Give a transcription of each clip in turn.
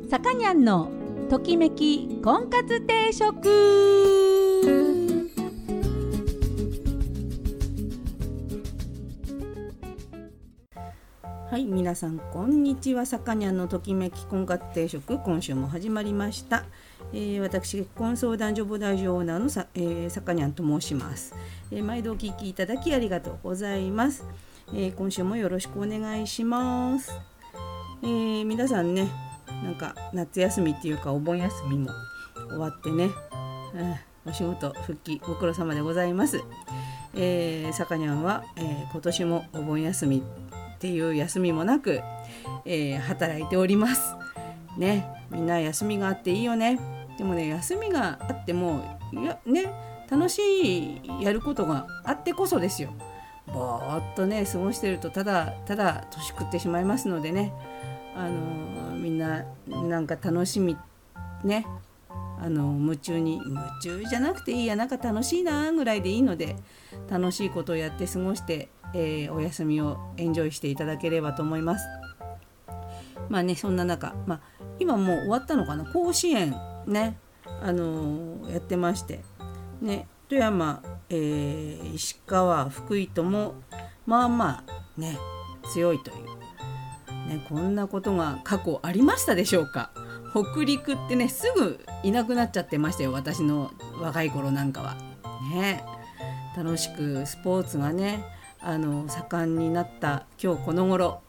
さかにゃんのときめき婚活定食。 はい、皆さんこんにちは。さかにゃんのときめき婚活定食、今週も始まりました。私結婚相談所母大女オーナーのさかにゃんと申します。毎度お聞きいただきありがとうございます。今週もよろしくお願いします。皆さんね、なんか夏休みっていうかお盆休みも終わってね、お仕事復帰ご苦労様でございます。さかにゃんは、今年もお盆休みっていう休みもなく、働いておりますね。みんな休みがあっていいよね。でもね、休みがあっても楽しいやることがあってこそですよ。ぼーっとね過ごしてるとただ年食ってしまいますのでね、みんななんか楽しみね、夢中じゃなくていいや、なんか楽しいなぐらいでいいので、楽しいことをやって過ごして、お休みをエンジョイしていただければと思います。まあね、そんな中、今もう終わったのかな、甲子園ね、やってましてね、富山、石川、福井ともね強いというね、こんなことが過去ありましたでしょうか。北陸ってねすぐいなくなっちゃってましたよ、私の若い頃なんかはね。楽しくスポーツがね盛んになった今日この頃、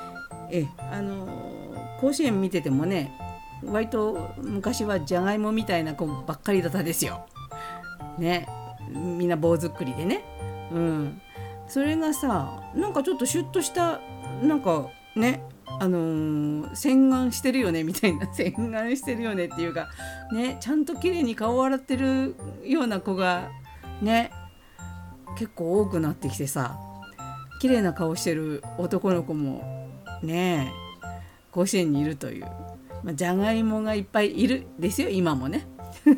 甲子園見ててもね、割と昔はじゃがいもみたいな子ばっかりだったですよね。みんな棒作りでね、それがさ、なんかちょっとシュッとしたなんかね、洗顔してるよねみたいな洗顔してるよねっていうかね、ちゃんと綺麗に顔を洗ってるような子がね結構多くなってきてさ、綺麗な顔してる男の子もね甲子園にいるという、じゃがいもがいっぱいいるですよ今もね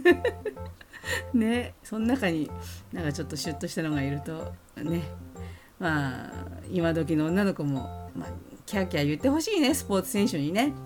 ね、その中になんかちょっとシュッとしたのがいるとね、今時の女の子も、キャーキャー言ってほしいね、スポーツ選手にね。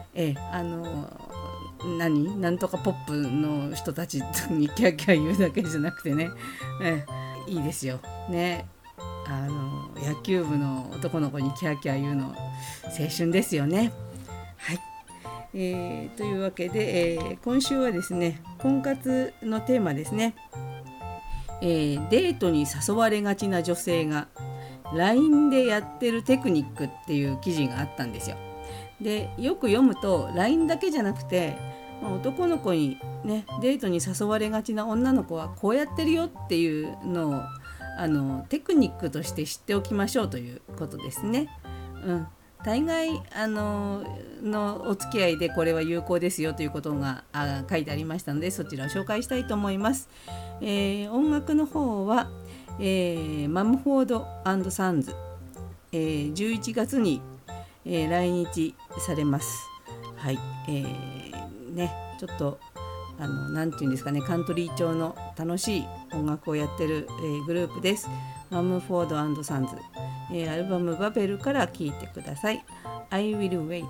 なんとかポップの人たちにキャーキャー言うだけじゃなくてね、いいですよね。野球部の男の子にキャーキャー言うの青春ですよね。はい、というわけで、今週はですね、婚活のテーマですね。デートに誘われがちな女性が LINE でやってるテクニックっていう記事があったんですよ。で、よく読むと LINE だけじゃなくて、男の子にねデートに誘われがちな女の子はこうやってるよっていうのをテクニックとして知っておきましょうということですね。大概のお付き合いでこれは有効ですよということが書いてありましたので、そちらを紹介したいと思います。音楽の方は、マムフォード&サンズ、11月に、来日されます。はい、ちょっとなんていうんですかね、カントリー調の楽しい音楽をやってる、グループです。マムフォード&サンズ、アルバムバベルから聴いてください。 I will wait。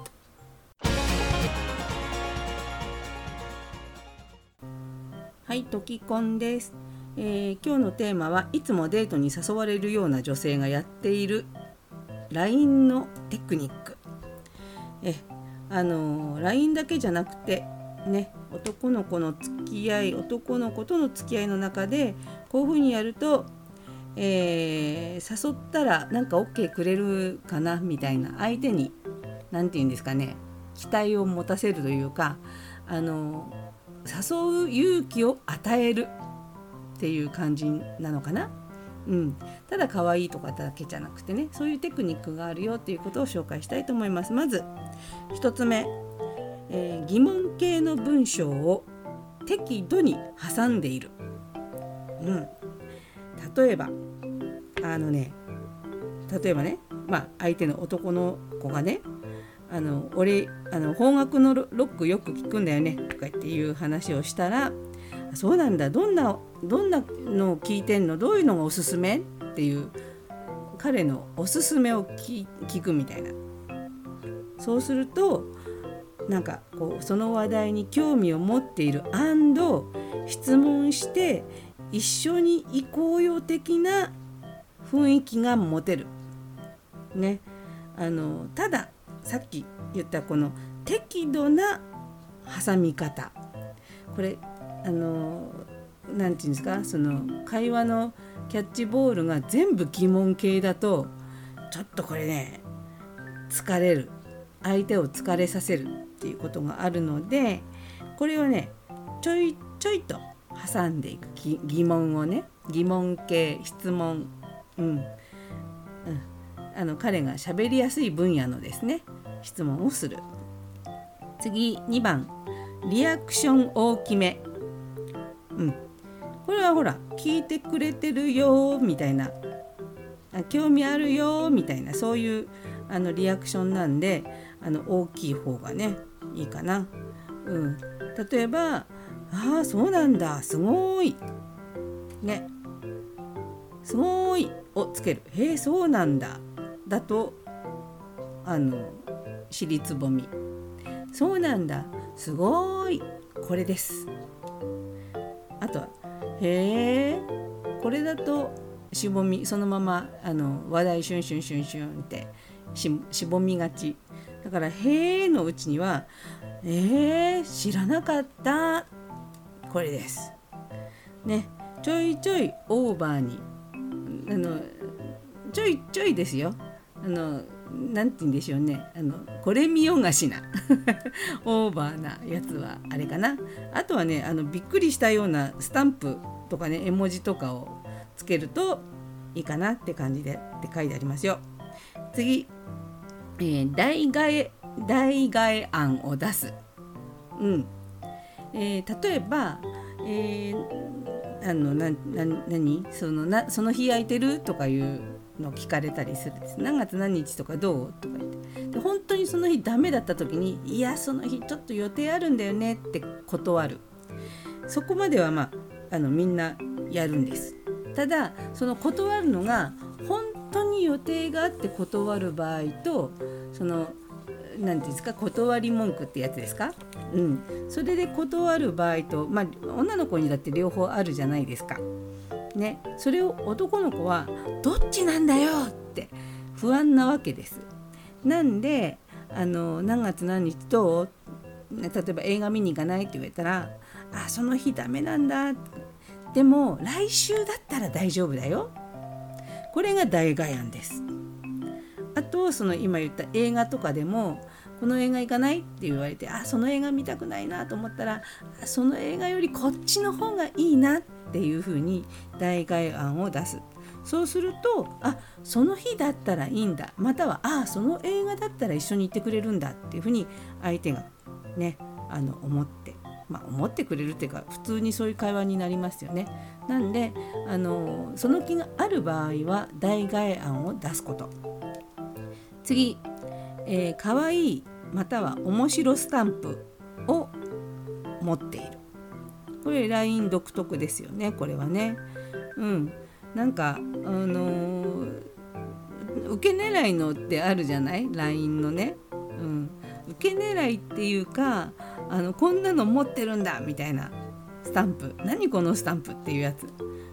はい、トキコンです。今日のテーマはいつもデートに誘われるような女性がやっている LINE のテクニック。LINE だけじゃなくてね、男の子との付き合いの中でこういう風にやると、誘ったらなんか OK くれるかなみたいな、相手になんていうんですかね、期待を持たせるというか、誘う勇気を与えるっていう感じなのかな。ただ可愛いとかだけじゃなくてね、そういうテクニックがあるよっていうことを紹介したいと思います。まず一つ目、疑問形の文章を適度に挟んでいる。例えばね、相手の男の子がね、俺邦楽のロックよく聞くんだよねとかっていう話をしたら、そうなんだ、どんなのを聞いてんの、どういうのがおすすめっていう彼のおすすめを聞くみたいな。そうするとなんかこうその話題に興味を持っている質問して一緒に行こうよ的な雰囲気が持てるね。たださっき言ったこの適度な挟み方、これなんていうんですか、その会話のキャッチボールが全部疑問系だとちょっとこれね疲れる、相手を疲れさせるっていうことがあるので、これをねちょいちょいと挟んでいく、疑問をね、疑問系質問、彼が喋りやすい分野のですね質問をする。次2番リアクション大きめ、これはほら聞いてくれてるよみたいな、興味あるよみたいな、そういうリアクションなんで大きい方がねいいかな。例えばそうなんだ、すごいね、すごいをつける。へえそうなんだだと尻つぼみ、そうなんだすごい、これです。あとはへえ、これだとしぼみ、そのまま話題シュンシュンシュンシュンってしぼみがちだから、へえのうちには知らなかった、これですね。ちょいちょいオーバーにちょいちょいですよ、なんて言うんでしょうね、これ見よがしなオーバーなやつはあれかな。あとはねびっくりしたようなスタンプとかね絵文字とかをつけるといいかなって感じでって書いてありますよ。次、代替案を出す。例えば、その日空いてるとかいうのを聞かれたりするんです。何月何日とかどうとか言って、で本当にその日ダメだった時に、いやその日ちょっと予定あるんだよねって断る。そこまではみんなやるんです。ただその断るのが本当に予定があって断る場合と、そのなんていうんですか、断り文句ってやつですか、それで断る場合と、女の子にだって両方あるじゃないですかね。それを男の子はどっちなんだよって不安なわけです。なんで何月何日どう、例えば映画見に行かないって言われたら、その日ダメなんだ、でも来週だったら大丈夫だよ、これが代替案です。あとその今言った映画とかでも、この映画行かないって言われて、その映画見たくないなと思ったら、その映画よりこっちの方がいいなっていうふうに代替案を出す。そうするとその日だったらいいんだ、またはその映画だったら一緒に行ってくれるんだっていうふうに相手がね思ってくれるっていうか、普通にそういう会話になりますよね。なんでその気がある場合は代替案を出すこと。次、かわいいまたは面白スタンプを持っている。これ LINE 独特ですよね、これはね。なんか受け狙いのってあるじゃない LINE のね、受け狙いっていうかこんなの持ってるんだみたいなスタンプ、何このスタンプっていうやつ。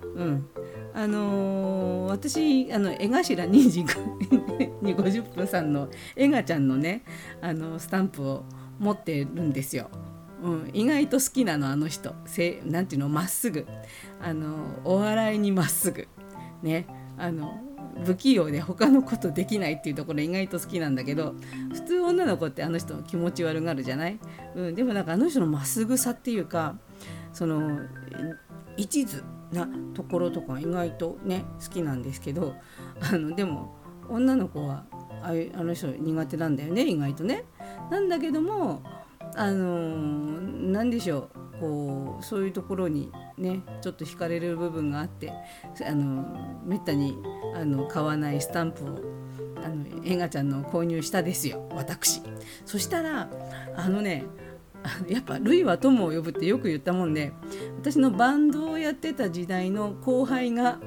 私江頭2時に50分さんのエガちゃんのねスタンプを持ってるんですよ。意外と好きなの、あの人なんていうの、まっすぐお笑いにまっすぐね、不器用で他のことできないっていうところ意外と好きなんだけど、普通女の子ってあの人気持ち悪がるじゃない、でもなんかあの人のまっすぐさっていうか、その一途なところとか意外とね好きなんですけど、でも女の子はあの人苦手なんだよね、意外とね。なんだけどもなんでしょう、こうそういうところにねちょっと惹かれる部分があって、めったに買わないスタンプをエガちゃんの購入したですよ、私。そしたらやっぱ類は友を呼ぶってよく言ったもんで、私のバンドをやってた時代の後輩が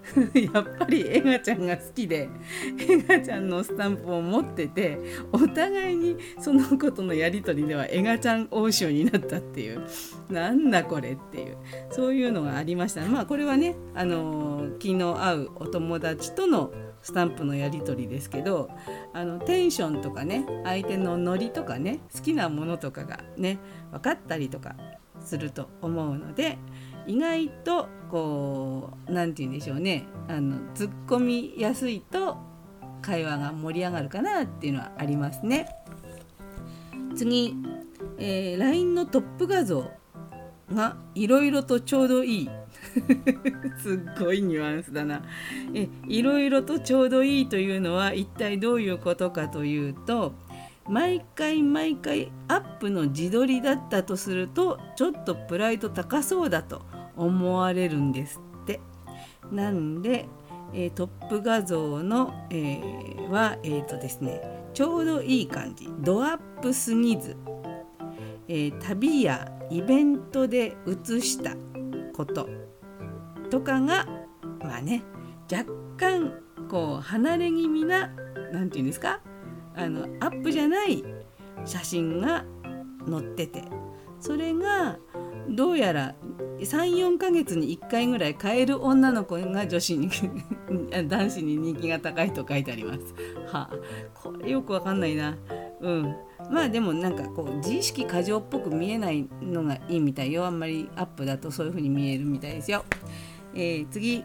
やっぱりエガちゃんが好きでエガちゃんのスタンプを持ってて、お互いにそのことのやり取りではエガちゃん応酬になったっていう、なんだこれっていう、そういうのがありました。これはね、気の合うお友達とのスタンプのやり取りですけど、テンションとかね、相手のノリとかね、好きなものとかがね分かったりとかすると思うので、意外とこうなんて言うんでしょうね、突っ込みやすいと会話が盛り上がるかなっていうのはありますね。次、LINE のトップ画像がいろいろとちょうどいいすっごいニュアンスだな。いろいろとちょうどいいというのは一体どういうことかというと、毎回アップの自撮りだったとするとちょっとプライド高そうだと思われるんですって。なんで、トップ画像の、はですね、ちょうどいい感じ、ドアップすぎず、旅やイベントで写したこととかが若干こう離れ気味な、なんていうんですか、アップじゃない写真が載ってて、それがどうやら 3,4 ヶ月に1回ぐらい変える女の子が女子に男子に人気が高いと書いてあります。これよくわかんないな。でもなんかこう自意識過剰っぽく見えないのがいいみたいよ。あんまりアップだとそういう風に見えるみたいですよ。次、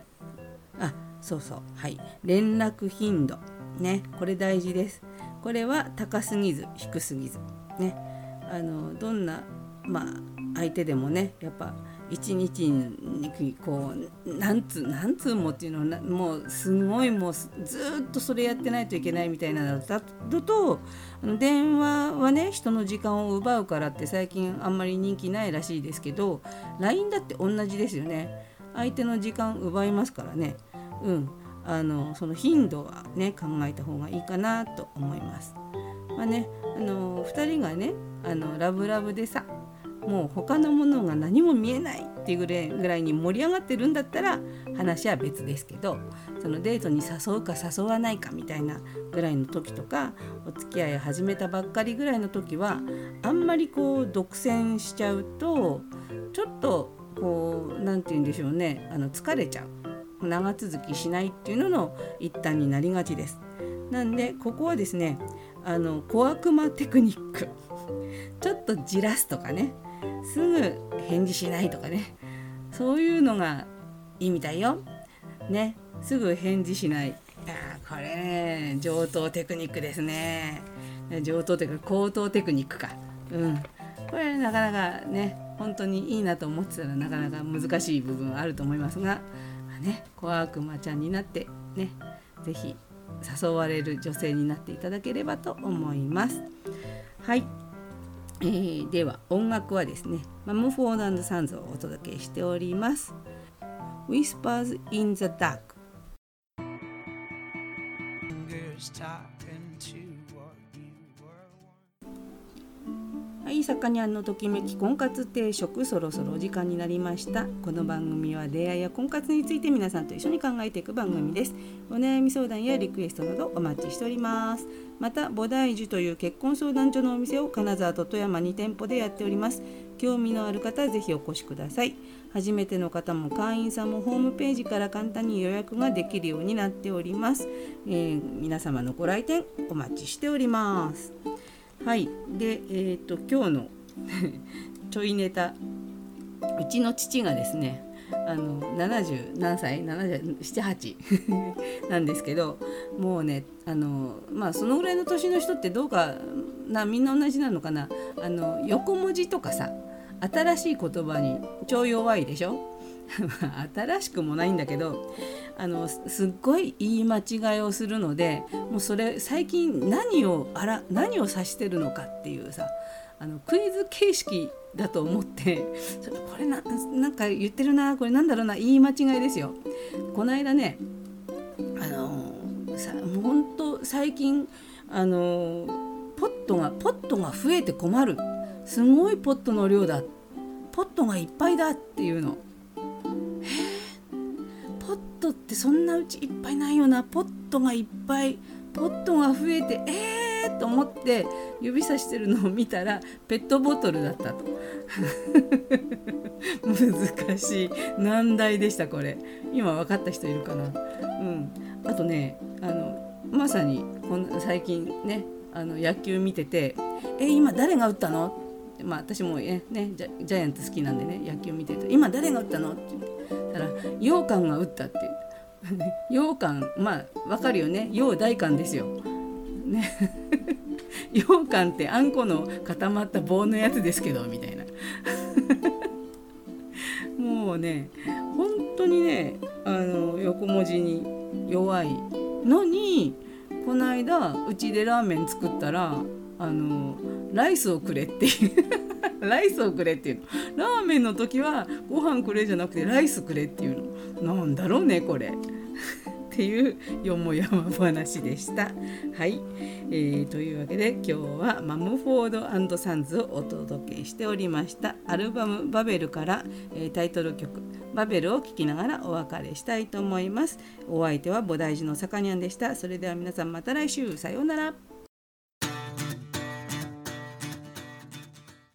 連絡頻度ね、これ大事です。これは高すぎず低すぎずね、どんな相手でもね、やっぱ一日にこう何通もっていうのはもうすごい、もうずっとそれやってないといけないみたいなのだと、電話はね人の時間を奪うからって最近あんまり人気ないらしいですけど、 LINE だって同じですよね。相手の時間奪いますからね。その頻度はね考えた方がいいかなと思います。2人がねラブラブでさ、もう他のものが何も見えないっていうぐらいに盛り上がってるんだったら話は別ですけど、そのデートに誘うか誘わないかみたいなぐらいの時とか、お付き合い始めたばっかりぐらいの時はあんまりこう独占しちゃうとちょっとこうなんて言うんでしょうね、疲れちゃう、長続きしないっていうのの一端になりがちです。なんでここはですね、小悪魔テクニックちょっとじらすとかね、すぐ返事しないとかね、そういうのがいいみたいよね。すぐ返事しない、これね上等テクニックですね。上等というか高等テクニックか。これなかなかね本当にいいなと思ってたらなかなか難しい部分はあると思いますが、小悪魔ちゃんになってね、ぜひ誘われる女性になっていただければと思います。はい、では音楽はですね、マムフォード&サンズをお届けしております。 Whispers in the Dark。 はい、さかにゃんのときめき婚活定食、そろそろお時間になりました。この番組は出会いや婚活について皆さんと一緒に考えていく番組です。お悩み相談やリクエストなどお待ちしております。また菩提樹という結婚相談所のお店を金沢と富山2店舗でやっております。興味のある方はぜひお越しください。初めての方も会員さんもホームページから簡単に予約ができるようになっております。皆様のご来店お待ちしております。はい、で、今日のちょいネタ、うちの父がですね70何歳77、8なんですけど、もうねそのぐらいの年の人ってどうかな、みんな同じなのかな、横文字とかさ、新しい言葉に超弱いでしょ新しくもないんだけど、すっごい言い間違いをするので、もうそれ最近何を指してるのかっていうさ、クイズ形式だと思って、これなんか言ってるな、これなんだろうな、言い間違いですよ。この間ね、ほんと最近ポットが増えて困る、すごいポットの量だ、ポットがいっぱいだっていうの。ポポットってそんなうちいっぱいないよな、ポットがいっぱい、ポットが増えてと思って指さしてるのを見たらペットボトルだったと難しい難題でした。これ今分かった人いるかな。あとね、まさに最近ね、野球見てて今誰が打ったの、私もジャイアンツ好きなんでね、野球見てて今誰が打ったのって言ったら羊羹が打ったって羊羹、わかるよね、羊大羹ですよね羊羹ってあんこの固まった棒のやつですけどみたいなもうね本当にね、横文字に弱いのに、この間うちでラーメン作ったらライスをくれっていうライスをくれっていうの、ラーメンの時はご飯くれじゃなくてライスくれっていうの、なんだろうねこれっていうよもやま話でした。はい、というわけで今日はマムフォード&サンズをお届けしておりました。アルバムバベルから、タイトル曲バベルを聴きながらお別れしたいと思います。お相手は菩提寺のさかにゃんでした。それでは皆さんまた来週、さようなら。